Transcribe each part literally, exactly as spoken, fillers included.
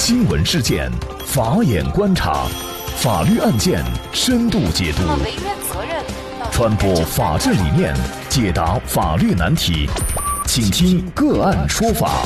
新闻事件，法眼观察，法律案件深度解读，传播法治理念，解答法律难题，请听个案说法。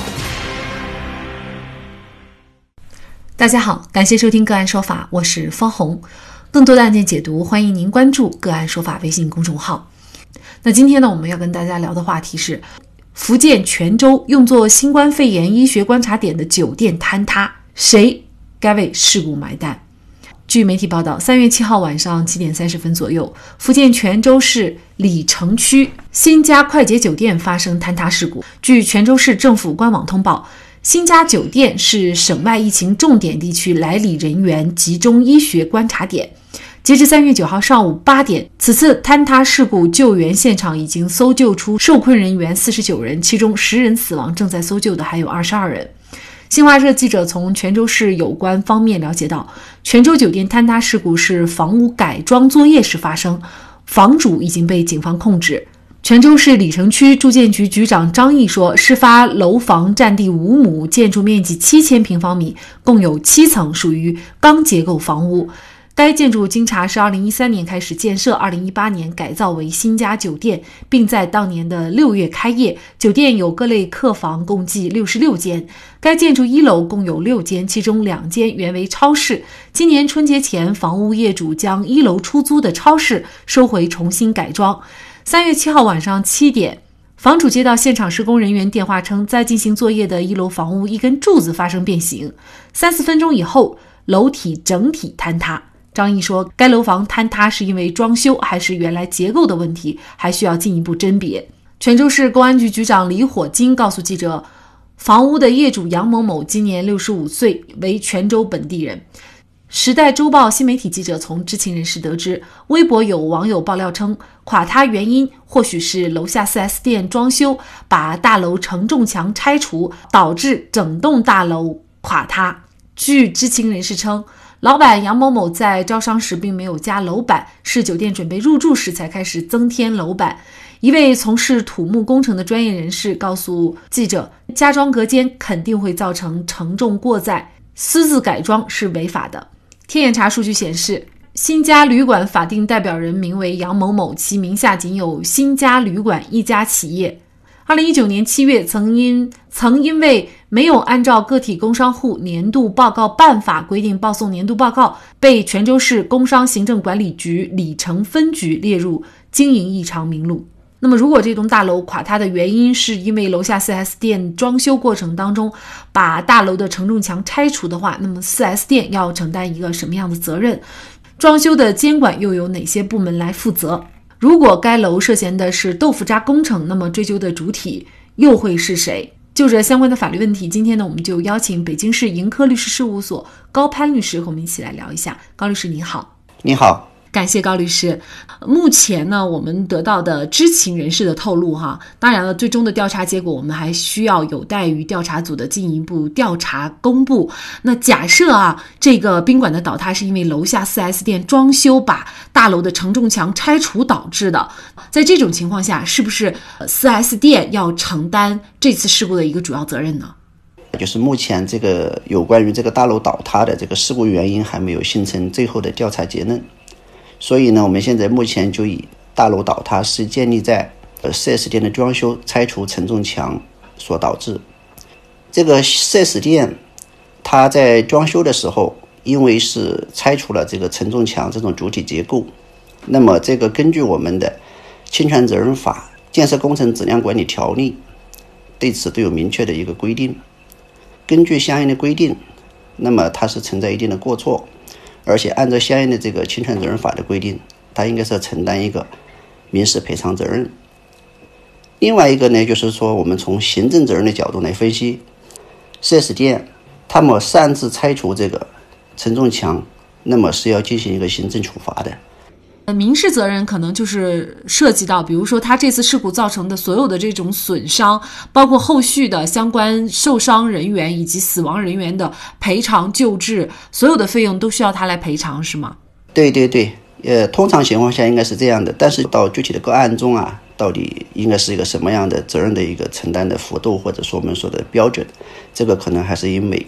大家好，感谢收听个案说法，我是方红。更多的案件解读，欢迎您关注个案说法微信公众号。那今天呢，我们要跟大家聊的话题是福建泉州用作新冠肺炎医学观察点的酒店坍塌，谁该为事故买单？据媒体报道，三月七号晚上七点三十分左右，福建泉州市李城区新家快捷酒店发生坍塌事故。据泉州市政府官网通报，新家酒店是省外疫情重点地区来理人员集中医学观察点。截至三月九号上午八点，此次坍塌事故救援现场已经搜救出受困人员四十九人，其中十人死亡，正在搜救的还有二十二人。新华社记者从泉州市有关方面了解到，泉州酒店坍塌事故是房屋改装作业时发生，房主已经被警方控制。泉州市李城区住建局局长张毅说，事发楼房占地五亩，建筑面积七千平方米，共有七层，属于钢结构房屋。该建筑经查是二零一三年开始建设，二零一八年改造为新家酒店，并在当年的六月开业。酒店有各类客房，共计六十六间。该建筑一楼共有六间，其中两间原为超市。今年春节前，房屋业主将一楼出租的超市收回，重新改装。三月七号晚上七点，房主接到现场施工人员电话称，在进行作业的一楼房屋一根柱子发生变形，三四分钟以后，楼体整体坍塌。张毅说，该楼房坍塌是因为装修还是原来结构的问题，还需要进一步甄别。泉州市公安局局长李火金告诉记者，房屋的业主杨某某今年六十五岁，为泉州本地人。时代周报新媒体记者从知情人士得知，微博有网友爆料称，垮塌原因或许是楼下 四 S 店装修把大楼承重墙拆除，导致整栋大楼垮塌。据知情人士称，老板杨某某在招商时并没有加楼板，是酒店准备入住时才开始增添楼板。一位从事土木工程的专业人士告诉记者，加装隔间肯定会造成承重过载，私自改装是违法的。天眼查数据显示，新家旅馆法定代表人名为杨某某，其名下仅有新家旅馆一家企业。二零一九年七月，曾因曾因为没有按照个体工商户年度报告办法规定报送年度报告，被泉州市工商行政管理局李城分局列入经营异常名录。那么如果这栋大楼垮塌的原因是因为楼下 四 S 店装修过程当中把大楼的承重墙拆除的话，那么 四 S 店要承担一个什么样的责任？装修的监管又有哪些部门来负责？如果该楼涉嫌的是豆腐渣工程，那么追究的主体又会是谁？就这相关的法律问题，今天呢，我们就邀请北京市盈科律师事务所高攀律师和我们一起来聊一下。高律师你好。 你好。 感谢高律师。目前呢，我们得到的知情人士的透露哈，当然了，最终的调查结果我们还需要有待于调查组的进一步调查公布。那假设啊，这个宾馆的倒塌是因为楼下 四 S 店装修把大楼的承重墙拆除导致的，在这种情况下，是不是 四 S 店要承担这次事故的一个主要责任呢？ 就是目前这个有关于这个大楼倒塌的这个事故原因还没有形成最后的调查结论。所以呢，我们现在目前就以大楼倒塌是建立在呃 四 S 店的装修拆除承重墙所导致。这个 四 S 店它在装修的时候，因为是拆除了这个承重墙这种主体结构，那么这个根据我们的侵权责任法、建设工程质量管理条例对此都有明确的一个规定。根据相应的规定，那么它是存在一定的过错，而且按照相应的这个侵权责任法的规定，它应该是要承担一个民事赔偿责任。另外一个呢，就是说我们从行政责任的角度来分析， 四 S 店他们擅自拆除这个承重墙，那么是要进行一个行政处罚的。 民事责任可能就是涉及到，比如说他这次事故造成的所有的这种损伤，包括后续的相关受伤人员以及死亡人员的赔偿救治，所有的费用都需要他来赔偿，是吗？ 对对对，呃，通常情况下应该是这样的，但是到具体的个案中啊，到底应该是一个什么样的责任的一个承担的幅度，或者说我们说的标准，这个可能还是以每个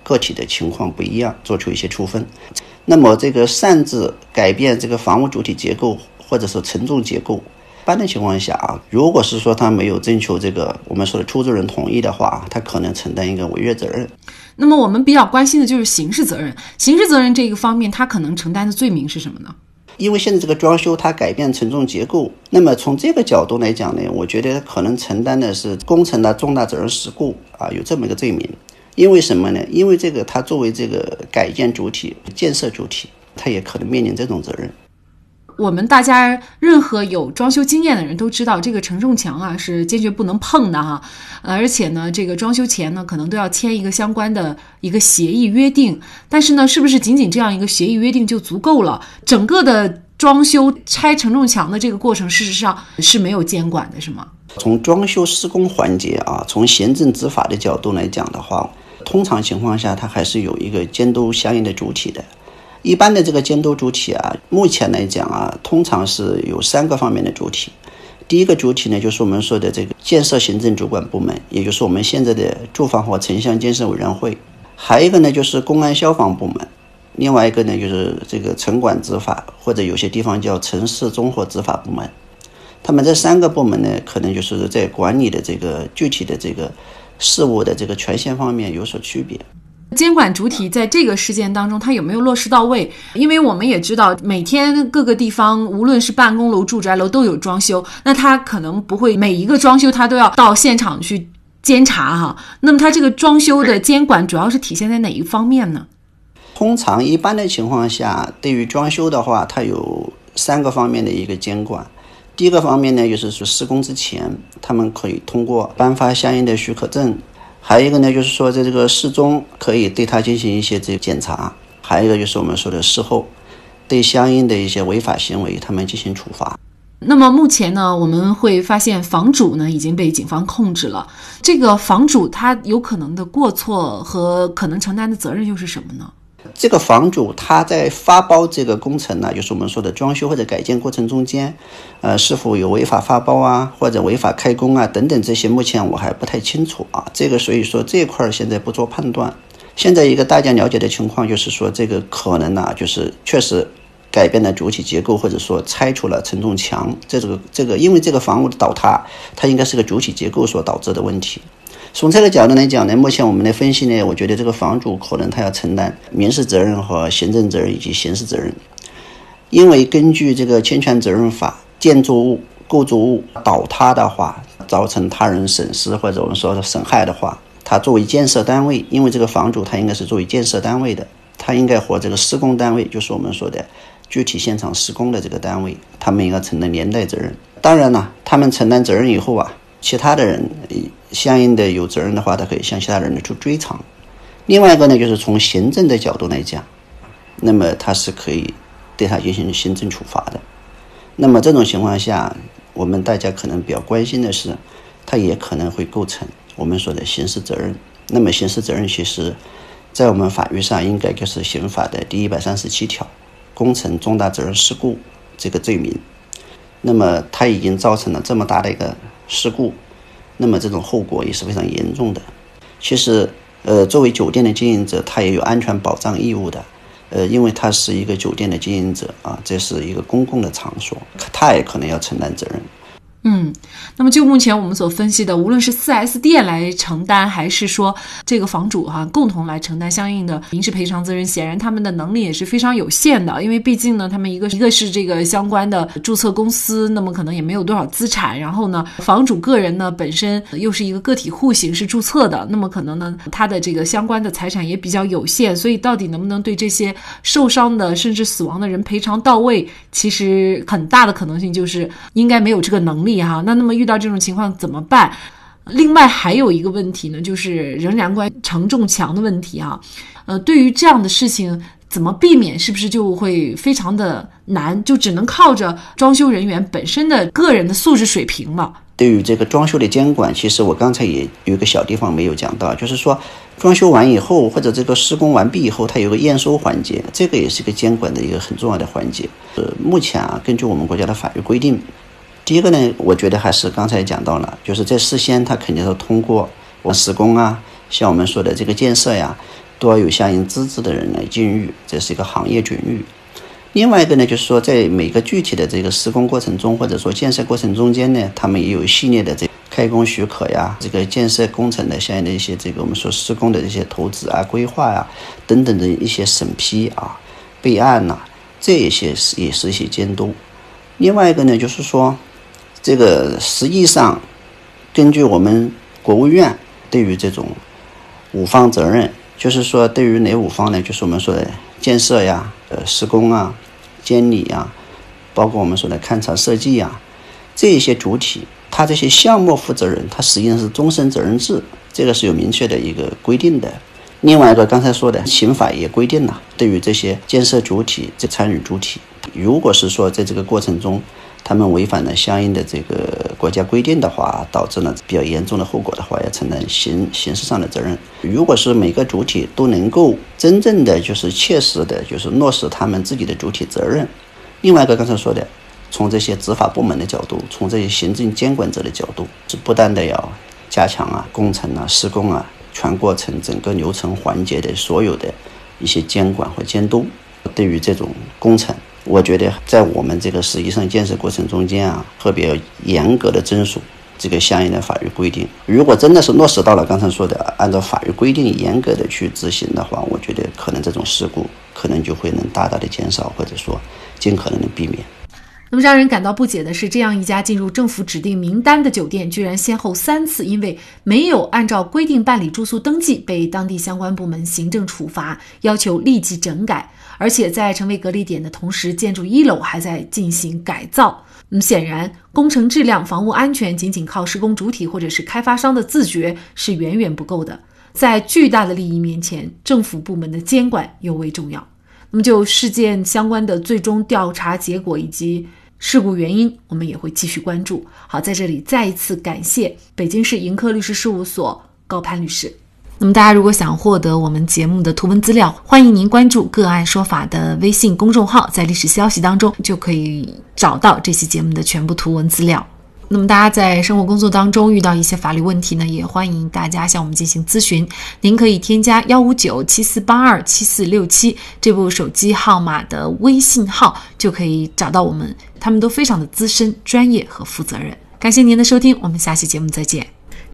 个体的情况不一样做出一些处分。那么这个擅自改变这个房屋主体结构或者说承重结构，一般的情况下啊，如果是说他没有征求这个我们说的出租人同意的话，他可能承担一个违约责任。 那么我们比较关心的就是刑事责任，刑事责任这个方面他可能承担的罪名是什么呢？ 因为现在这个装修它改变承重结构，那么从这个角度来讲呢，我觉得可能承担的是工程的重大责任事故啊，有这么一个罪名。因为什么呢？因为这个它作为这个改建主体、建设主体，它也可能面临这种责任。 我们大家任何有装修经验的人都知道，这个承重墙啊是坚决不能碰的哈，而且呢，这个装修前呢可能都要签一个相关的一个协议约定。但是呢，是不是仅仅这样一个协议约定就足够了？整个的装修拆承重墙的这个过程，事实上是没有监管的，是吗？ 从装修施工环节啊，从行政执法的角度来讲的话，通常情况下它还是有一个监督相应的主体的。一般的这个监督主体啊，目前来讲啊，通常是有三个方面的主体。第一个主体呢，就是我们说的这个建设行政主管部门，也就是我们现在的住房和城乡建设委员会。还有一个呢，就是公安消防部门。另外一个呢，就是这个城管执法，或者有些地方叫城市综合执法部门。他们这三个部门呢，可能就是在管理的这个具体的这个事务的这个权限方面有所区别。 监管主体在这个事件当中它有没有落实到位？因为我们也知道每天各个地方无论是办公楼、住宅楼都有装修，那它可能不会每一个装修它都要到现场去监察哈。那么它这个装修的监管主要是体现在哪一方面呢？ 通常一般的情况下，对于装修的话，它有三个方面的一个监管。第一个方面呢，就是说施工之前他们可以通过颁发相应的许可证，还有一个呢，就是说在这个事中可以对它进行一些这个检查，还有一个就是我们说的事后对相应的一些违法行为他们进行处罚。 那么目前呢，我们会发现房主呢已经被警方控制了，这个房主他有可能的过错和可能承担的责任又是什么呢？ 这个房主他在发包这个工程呢，就是我们说的装修或者改建过程中间，呃，是否有违法发包啊，或者违法开工啊等等这些，目前我还不太清楚啊。这个所以说这一块现在不做判断。现在一个大家了解的情况就是说，这个可能呢、啊，就是确实改变了主体结构，或者说拆除了承重墙。这个这个，因为这个房屋的倒塌，它应该是个主体结构所导致的问题。从这个角度来讲呢，目前我们的分析呢，我觉得这个房主可能他要承担民事责任和行政责任以及刑事责任。因为根据这个侵权责任法，建筑物、构筑物倒塌的话，造成他人损失或者我们说的损害的话，他作为建设单位，因为这个房主他应该是作为建设单位的，他应该和这个施工单位，就是我们说的具体现场施工的这个单位，他们应该承担连带责任。当然了，他们承担责任以后啊，其他的人相应的有责任的话，他可以向其他人去追偿。另外一个呢，就是从行政的角度来讲，那么他是可以对他进行行政处罚的。那么这种情况下，我们大家可能比较关心的是，他也可能会构成我们说的刑事责任。那么刑事责任其实在我们法律上应该就是刑法的第一百三十七条工程重大责任事故这个罪名。那么他已经造成了这么大的一个事故，那么这种后果也是非常严重的。其实呃，作为酒店的经营者，他也有安全保障义务的。呃，因为他是一个酒店的经营者啊，这是一个公共的场所，他也可能要承担责任。 嗯，那么就目前我们所分析的，无论是 四 S 店来承担，还是说这个房主哈、啊、共同来承担相应的民事赔偿责任，显然他们的能力也是非常有限的，因为毕竟呢，他们一个一个是这个相关的注册公司，那么可能也没有多少资产，然后呢，房主个人呢本身又是一个个体户形式注册的，那么可能呢，他的这个相关的财产也比较有限，所以到底能不能对这些受伤的甚至死亡的人赔偿到位，其实很大的可能性就是应该没有这个能力。哈，那那么遇到这种情况怎么办？另外还有一个问题呢，就是仍然关于承重墙的问题哈。呃，对于这样的事情怎么避免，是不是就会非常的难，就只能靠着装修人员本身的个人的素质水平了。 对于这个装修的监管，其实我刚才也有一个小地方没有讲到，就是说装修完以后或者这个施工完毕以后，它有个验收环节，这个也是一个监管的一个很重要的环节。呃，目前啊，根据我们国家的法律规定，第一个呢，我觉得还是刚才讲到了，就是在事先他肯定是通过我施工啊，像我们说的这个建设呀， 都要有相应资质的人来禁渔，这是一个行业准律。另外一个呢，就是说在每个具体的这个施工过程中，或者说建设过程中间呢，他们也有一系列的这开工许可呀，这个建设工程的相应的一些这个我们说施工的这些投资啊、规划呀等等的一些审批啊、备案呐、啊，这一些是也是一些监督。另外一个呢，就是说这个实际上根据我们国务院对于这种五方责任，就是说对于哪五方呢？就是我们说的建设呀、呃施工啊、监理啊，包括我们说的勘察设计啊，这一些主体，它这些项目负责人，它实际上是终身责任制，这个是有明确的一个规定的。另外一个刚才说的刑法也规定了，对于这些建设主体、这参与主体，如果是说在这个过程中他们违反了相应的这个国家规定的话，导致了比较严重的后果的话，要承担刑刑事上的责任。如果是每个主体都能够真正的就是切实的就是落实他们自己的主体责任，另外一个刚才说的，从这些执法部门的角度，从这些行政监管者的角度，是不断的要加强啊工程啊施工啊全过程整个流程环节的所有的一些监管和监督。对于这种工程，我觉得在我们这个实际上建设过程中间啊，特别严格的遵守这个相应的法律规定。如果真的是落实到了刚才说的按照法律规定严格的去执行的话，我觉得可能这种事故可能就会能大大的减少，或者说尽可能的避免。 那么让人感到不解的是，这样一家进入政府指定名单的酒店，居然先后三次因为没有按照规定办理住宿登记，被当地相关部门行政处罚，要求立即整改。而且在成为隔离点的同时，建筑一楼还在进行改造。嗯，显然工程质量、房屋安全仅仅靠施工主体或者是开发商的自觉是远远不够的。在巨大的利益面前，政府部门的监管尤为重要。那么就事件相关的最终调查结果以及事故原因，我们也会继续关注。好，在这里再一次感谢北京市盈科律师事务所高攀律师。那么大家如果想获得我们节目的图文资料，欢迎您关注个案说法的微信公众号，在历史消息当中就可以找到这期节目的全部图文资料。那么大家在生活工作当中遇到一些法律问题呢，也欢迎大家向我们进行咨询。您可以添加一五九七四八二七四六七这部手机号码的微信号，就可以找到我们，他们都非常的资深、专业和负责任。感谢您的收听，我们下期节目再见。